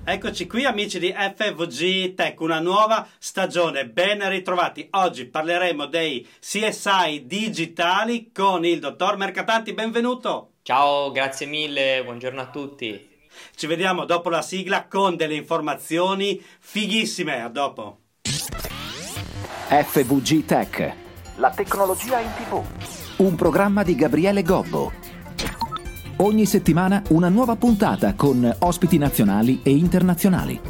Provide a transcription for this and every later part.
Eccoci qui amici di FVG Tech, una nuova stagione, ben ritrovati. Oggi parleremo dei CSI digitali con il dottor Mercatanti, benvenuto. Ciao, grazie mille, buongiorno a tutti. Ci vediamo dopo la sigla con delle informazioni fighissime, a dopo. FVG Tech, La tecnologia in TV. un programma di Gabriele Gobbo. Ogni settimana una nuova puntata con ospiti nazionali e internazionali.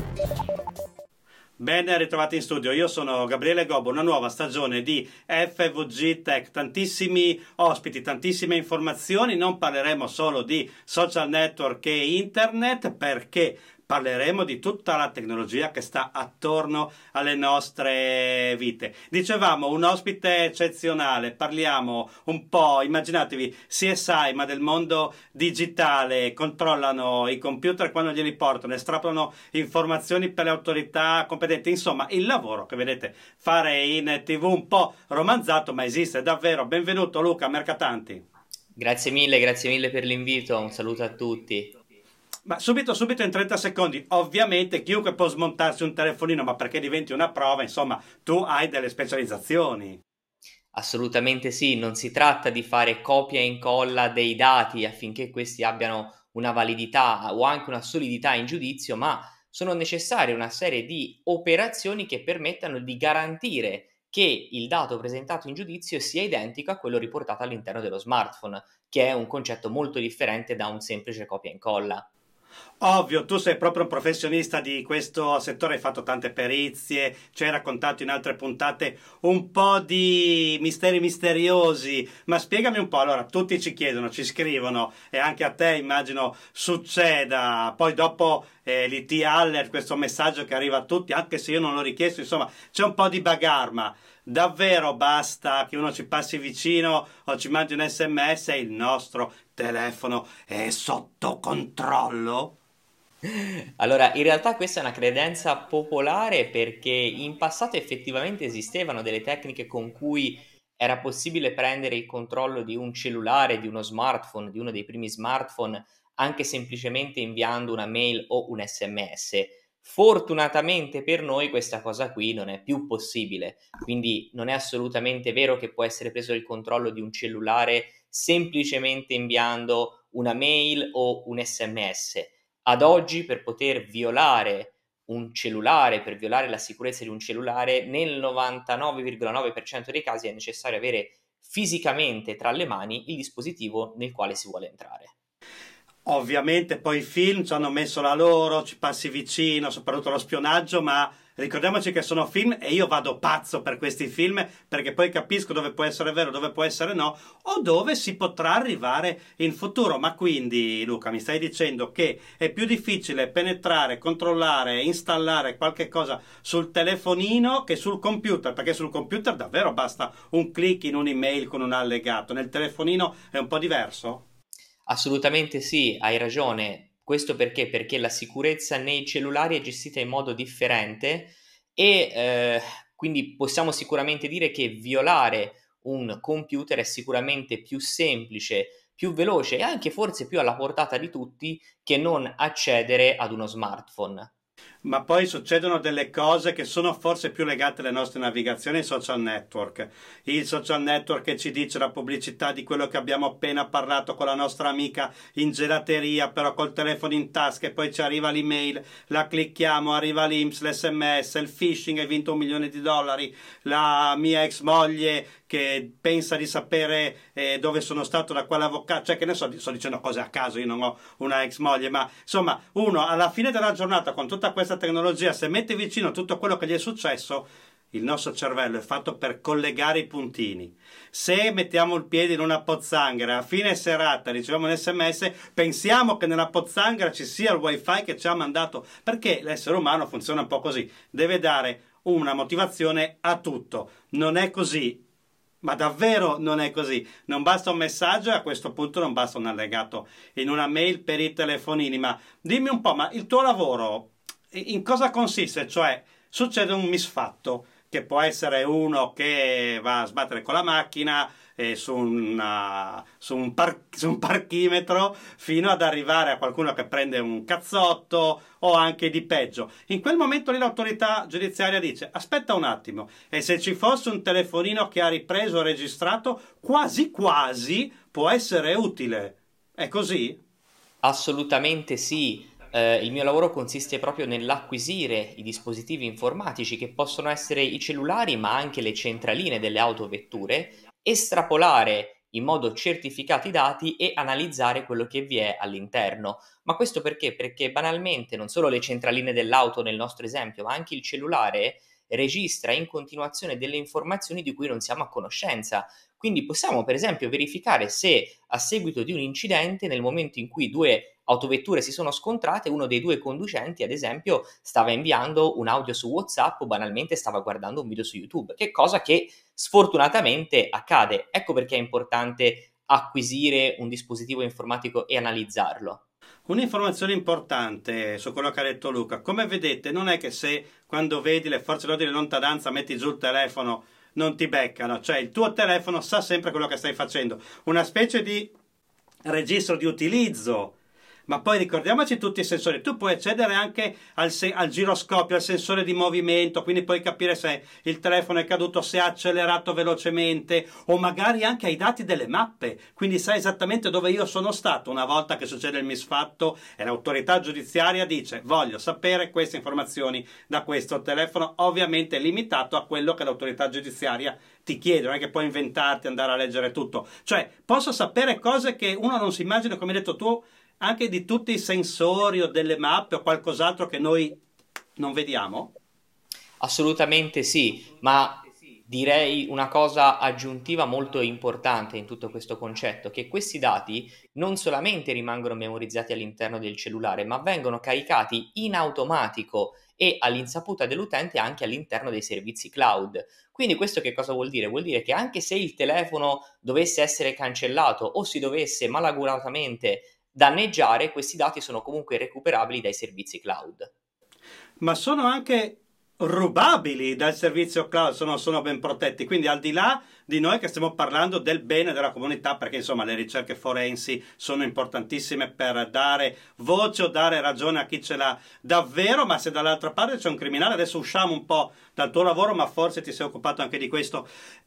Ben ritrovati in studio, io sono Gabriele Gobbo, una nuova stagione di FVG Tech, tantissimi ospiti, tantissime informazioni, non parleremo solo di social network e internet perché parleremo di tutta la tecnologia che sta attorno alle nostre vite. Dicevamo, un ospite eccezionale, parliamo un po', immaginatevi CSI ma del mondo digitale, controllano i computer quando glieli portano, estrapolano informazioni per le autorità competenti, insomma il lavoro che vedete fare in TV un po' romanzato ma esiste davvero. Benvenuto Luca Mercatanti. Grazie mille per l'invito, un saluto a tutti. Ma subito in 30 secondi, ovviamente chiunque può smontarsi un telefonino, ma perché diventi una prova, insomma, tu hai delle specializzazioni. Assolutamente sì, non si tratta di fare copia e incolla dei dati affinché questi abbiano una validità o anche una solidità in giudizio, ma sono necessarie una serie di operazioni che permettano di garantire che il dato presentato in giudizio sia identico a quello riportato all'interno dello smartphone, che è un concetto molto differente da un semplice copia e incolla. Ovvio, tu sei proprio un professionista di questo settore, hai fatto tante perizie, ci hai raccontato in altre puntate un po' di misteri misteriosi, ma spiegami un po', allora tutti ci chiedono, ci scrivono e anche a te immagino succeda, poi dopo l'IT alert, questo messaggio che arriva a tutti, anche se io non l'ho richiesto, insomma c'è un po' di bagarre, ma davvero basta che uno ci passi vicino o ci mandi un SMS e il nostro telefono è sotto controllo? Allora, in realtà questa è una credenza popolare perché in passato effettivamente esistevano delle tecniche con cui era possibile prendere il controllo di un cellulare, di uno smartphone, di uno dei primi smartphone, anche semplicemente inviando una mail o un SMS. Fortunatamente per noi questa cosa qui non è più possibile, quindi non è assolutamente vero che può essere preso il controllo di un cellulare semplicemente inviando una mail o un SMS. Ad oggi per poter violare un cellulare, per violare la sicurezza di un cellulare, nel 99,9% dei casi è necessario avere fisicamente tra le mani il dispositivo nel quale si vuole entrare. Ovviamente poi i film ci hanno messo la loro, ci passi vicino, soprattutto lo spionaggio, ma ricordiamoci che sono film e io vado pazzo per questi film perché poi capisco dove può essere vero, dove può essere no o dove si potrà arrivare in futuro. Ma quindi Luca mi stai dicendo che è più difficile penetrare, controllare, installare qualche cosa sul telefonino che sul computer, perché sul computer davvero basta un click in un'email con un allegato, nel telefonino è un po' diverso? Assolutamente sì, hai ragione. Questo perché? Perché la sicurezza nei cellulari è gestita in modo differente e quindi possiamo sicuramente dire che violare un computer è sicuramente più semplice, più veloce e anche forse più alla portata di tutti che non accedere ad uno smartphone. Ma poi succedono delle cose che sono forse più legate alle nostre navigazioni ai social network. Il social network che ci dice la pubblicità di quello che abbiamo appena parlato con la nostra amica in gelateria, però col telefono in tasca e poi ci arriva l'email, la clicchiamo, arriva l'INPS, l'SMS, il phishing, hai vinto $1 milione, la mia ex moglie che pensa di sapere dove sono stato, da quale avvocato, cioè che ne so, sto dicendo cose a caso, io non ho una ex moglie, ma insomma uno alla fine della giornata con tutta questa tecnologia, se mette vicino tutto quello che gli è successo, il nostro cervello è fatto per collegare i puntini. Se mettiamo il piede in una pozzanghera a fine serata riceviamo un SMS, pensiamo che nella pozzanghera ci sia il wifi che ci ha mandato, perché l'essere umano funziona un po' così, deve dare una motivazione a tutto. Non è così. Ma davvero non è così, non basta un messaggio e a questo punto non basta un allegato in una mail per i telefonini. Ma dimmi un po', ma il tuo lavoro in cosa consiste? Cioè succede un misfatto, che può essere uno che va a sbattere con la macchina su un parchimetro, fino ad arrivare a qualcuno che prende un cazzotto o anche di peggio. In quel momento lì l'autorità giudiziaria dice: aspetta un attimo, e se ci fosse un telefonino che ha ripreso o registrato, quasi quasi può essere utile. È così? Assolutamente sì. Il mio lavoro consiste proprio nell'acquisire i dispositivi informatici, che possono essere i cellulari ma anche le centraline delle autovetture, estrapolare in modo certificato i dati e analizzare quello che vi è all'interno. Ma questo perché? Perché banalmente non solo le centraline dell'auto nel nostro esempio, ma anche il cellulare registra in continuazione delle informazioni di cui non siamo a conoscenza. Quindi possiamo per esempio verificare se a seguito di un incidente, nel momento in cui due autovetture si sono scontrate, uno dei due conducenti ad esempio stava inviando un audio su WhatsApp o banalmente stava guardando un video su YouTube, che cosa che sfortunatamente accade. Ecco perché è importante acquisire un dispositivo informatico e analizzarlo. Un'informazione importante su quello che ha detto Luca: come vedete, non è che se quando vedi le forze dell'ordine in lontananza metti giù il telefono non ti beccano, cioè il tuo telefono sa sempre quello che stai facendo, una specie di registro di utilizzo. Ma poi ricordiamoci tutti i sensori. Tu puoi accedere anche al giroscopio, al sensore di movimento, quindi puoi capire se il telefono è caduto, se ha accelerato velocemente, o magari anche ai dati delle mappe. Quindi sai esattamente dove io sono stato una volta che succede il misfatto e l'autorità giudiziaria dice: voglio sapere queste informazioni da questo telefono, ovviamente limitato a quello che l'autorità giudiziaria ti chiede. Non è che puoi inventarti, andare a leggere tutto. Cioè, posso sapere cose che uno non si immagina, come hai detto tu, anche di tutti i sensori o delle mappe o qualcos'altro che noi non vediamo? Assolutamente sì, ma direi una cosa aggiuntiva molto importante in tutto questo concetto, che questi dati non solamente rimangono memorizzati all'interno del cellulare, ma vengono caricati in automatico e all'insaputa dell'utente anche all'interno dei servizi cloud. Quindi questo che cosa vuol dire? Vuol dire che anche se il telefono dovesse essere cancellato o si dovesse malauguratamente danneggiare, questi dati sono comunque recuperabili dai servizi cloud. Ma sono anche rubabili dal servizio cloud, sono ben protetti. Quindi, al di là di noi che stiamo parlando del bene della comunità, perché insomma le ricerche forensi sono importantissime per dare voce o dare ragione a chi ce l'ha davvero, ma se dall'altra parte c'è un criminale, adesso usciamo un po' dal tuo lavoro, ma forse ti sei occupato anche di questo.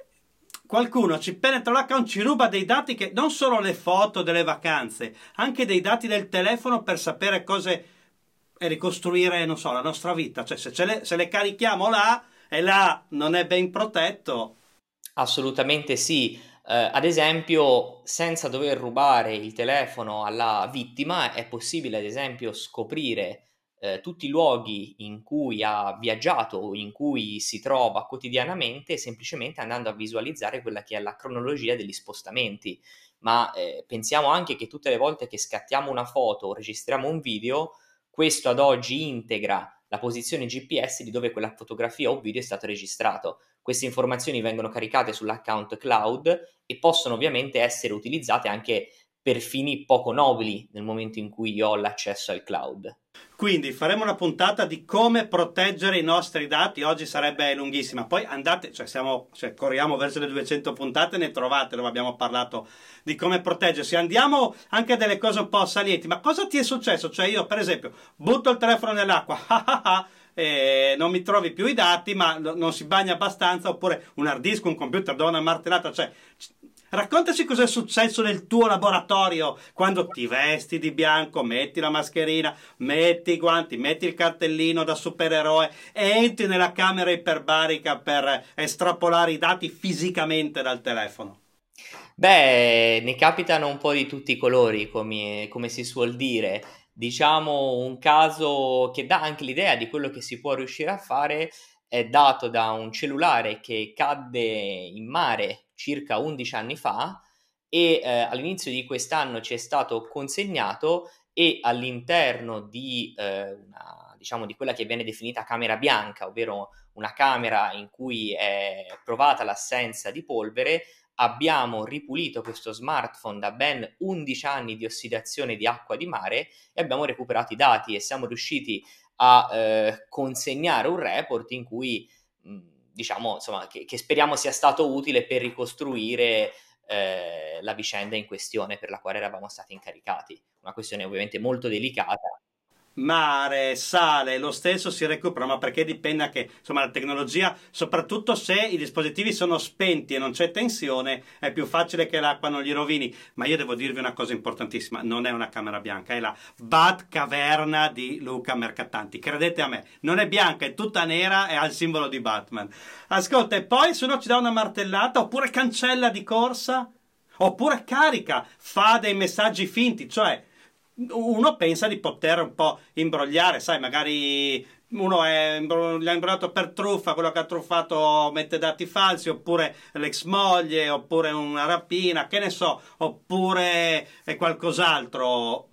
Qualcuno ci penetra l'account, ci ruba dei dati, che non solo le foto delle vacanze, anche dei dati del telefono, per sapere cose e ricostruire, non so, la nostra vita. Cioè, se le carichiamo là e là non è ben protetto. Assolutamente sì. Ad esempio, senza dover rubare il telefono alla vittima, è possibile ad esempio scoprire tutti i luoghi in cui ha viaggiato o in cui si trova quotidianamente, semplicemente andando a visualizzare quella che è la cronologia degli spostamenti. Ma pensiamo anche che tutte le volte che scattiamo una foto o registriamo un video, questo ad oggi integra la posizione GPS di dove quella fotografia o video è stato registrato. Queste informazioni vengono caricate sull'account cloud e possono ovviamente essere utilizzate anche per fini poco nobili nel momento in cui io ho l'accesso al cloud. Quindi faremo una puntata di come proteggere i nostri dati. Oggi sarebbe lunghissima. Poi andate, corriamo verso le 200 puntate, ne trovate dove abbiamo parlato di come proteggersi. Andiamo anche a delle cose un po' salienti. Ma cosa ti è successo? Cioè, io per esempio butto il telefono nell'acqua, non mi trovi più i dati, ma non si bagna abbastanza, oppure un hard disk, un computer da una martellata. Cioè, raccontaci cosa è successo nel tuo laboratorio quando ti vesti di bianco, metti la mascherina, metti i guanti, metti il cartellino da supereroe e entri nella camera iperbarica per estrapolare i dati fisicamente dal telefono. Beh, ne capitano un po' di tutti i colori, come si suol dire. Diciamo, un caso che dà anche l'idea di quello che si può riuscire a fare è dato da un cellulare che cadde in mare circa 11 anni fa e all'inizio di quest'anno ci è stato consegnato, e all'interno di di quella che viene definita camera bianca, ovvero una camera in cui è provata l'assenza di polvere, abbiamo ripulito questo smartphone da ben 11 anni di ossidazione di acqua di mare e abbiamo recuperato i dati e siamo riusciti a consegnare un report in cui diciamo, insomma, che speriamo sia stato utile per ricostruire la vicenda in questione per la quale eravamo stati incaricati. Una questione ovviamente molto delicata. Mare, sale, lo stesso si recupera, ma perché dipende anche, insomma, la tecnologia, soprattutto se i dispositivi sono spenti e non c'è tensione, è più facile che l'acqua non gli rovini. Ma io devo dirvi una cosa importantissima, non è una camera bianca, è la Batcaverna di Luca Mercatanti, credete a me, non è bianca, è tutta nera e ha il simbolo di Batman. Ascolta, e poi se uno ci dà una martellata, oppure cancella di corsa, oppure carica, fa dei messaggi finti, cioè uno pensa di poter un po' imbrogliare, sai, magari uno l'ha imbrogliato per truffa, quello che ha truffato mette dati falsi, oppure l'ex moglie, oppure una rapina, che ne so, oppure è qualcos'altro.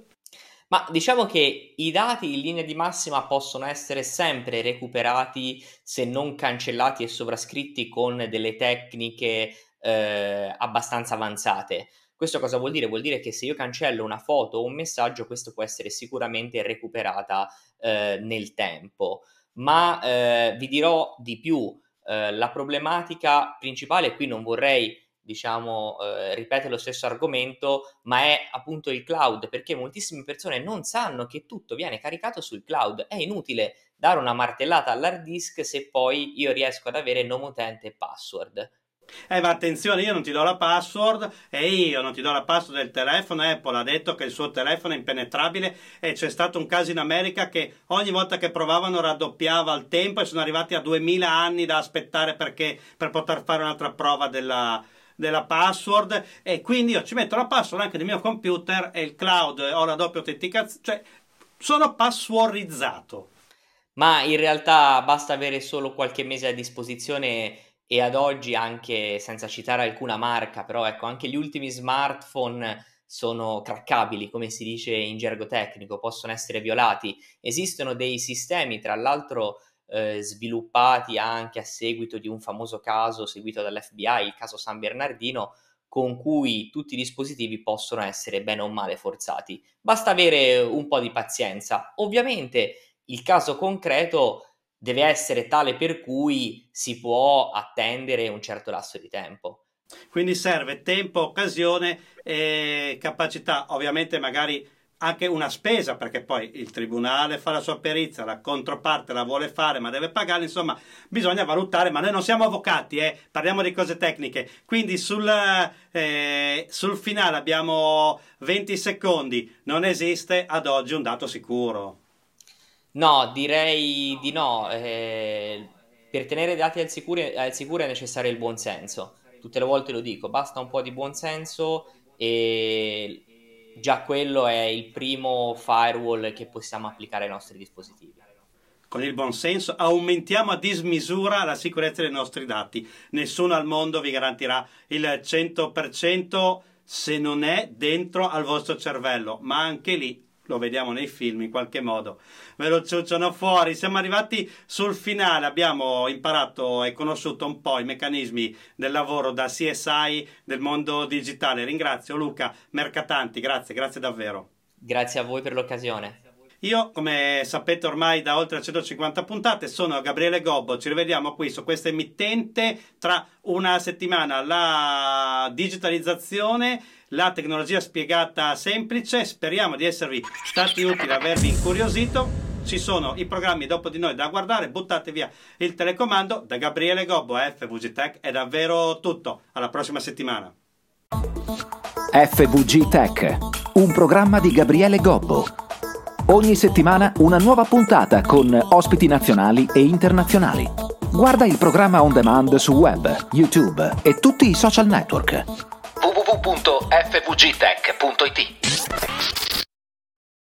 Ma diciamo che i dati in linea di massima possono essere sempre recuperati, se non cancellati e sovrascritti con delle tecniche abbastanza avanzate. Questo cosa vuol dire? Vuol dire che se io cancello una foto o un messaggio, questo può essere sicuramente recuperata nel tempo. Ma vi dirò di più, la problematica principale, qui non vorrei, diciamo, ripetere lo stesso argomento, ma è appunto il cloud, perché moltissime persone non sanno che tutto viene caricato sul cloud. È inutile dare una martellata all'hard disk se poi io riesco ad avere nome utente e password. Ma attenzione, io non ti do la password e io non ti do la password del telefono. Apple ha detto che il suo telefono è impenetrabile e c'è stato un caso in America che ogni volta che provavano raddoppiava il tempo e sono arrivati a 2000 anni da aspettare per poter fare un'altra prova della password. E quindi io ci metto la password anche nel mio computer e il cloud, ho la doppia autenticazione, cioè sono passwordizzato. Ma in realtà basta avere solo qualche mese a disposizione. E ad oggi, anche senza citare alcuna marca, però ecco, anche gli ultimi smartphone sono craccabili, come si dice in gergo tecnico, possono essere violati. Esistono dei sistemi, tra l'altro sviluppati anche a seguito di un famoso caso seguito dall'FBI, il caso San Bernardino, con cui tutti i dispositivi possono essere bene o male forzati. Basta avere un po' di pazienza. Ovviamente il caso concreto deve essere tale per cui si può attendere un certo lasso di tempo. Quindi serve tempo, occasione e capacità, ovviamente magari anche una spesa, perché poi il tribunale fa la sua perizia, la controparte la vuole fare ma deve pagare, insomma bisogna valutare, ma noi non siamo avvocati, parliamo di cose tecniche. Quindi sul finale abbiamo 20 secondi, non esiste ad oggi un dato sicuro. No, direi di no. Per tenere i dati al sicuro è necessario il buonsenso. Tutte le volte lo dico, basta un po' di buonsenso e già quello è il primo firewall che possiamo applicare ai nostri dispositivi. Con il buonsenso aumentiamo a dismisura la sicurezza dei nostri dati. Nessuno al mondo vi garantirà il 100% se non è dentro al vostro cervello, ma anche lì lo vediamo nei film, in qualche modo ve lo ciucciano fuori. Siamo arrivati sul finale, abbiamo imparato e conosciuto un po' i meccanismi del lavoro da CSI del mondo digitale. Ringrazio Luca Mercatanti, grazie davvero. Grazie a voi per l'occasione. Io, come sapete ormai da oltre 150 puntate, sono Gabriele Gobbo. Ci rivediamo qui su questa emittente tra una settimana. La digitalizzazione, la tecnologia spiegata semplice. Speriamo di esservi stati utili, avervi incuriosito. Ci sono i programmi dopo di noi da guardare. Buttate via il telecomando. Da Gabriele Gobbo a FVG Tech è davvero tutto. Alla prossima settimana. FVG Tech, un programma di Gabriele Gobbo. Ogni settimana una nuova puntata con ospiti nazionali e internazionali. Guarda il programma on demand su web, YouTube e tutti i social network. www.fvgtech.it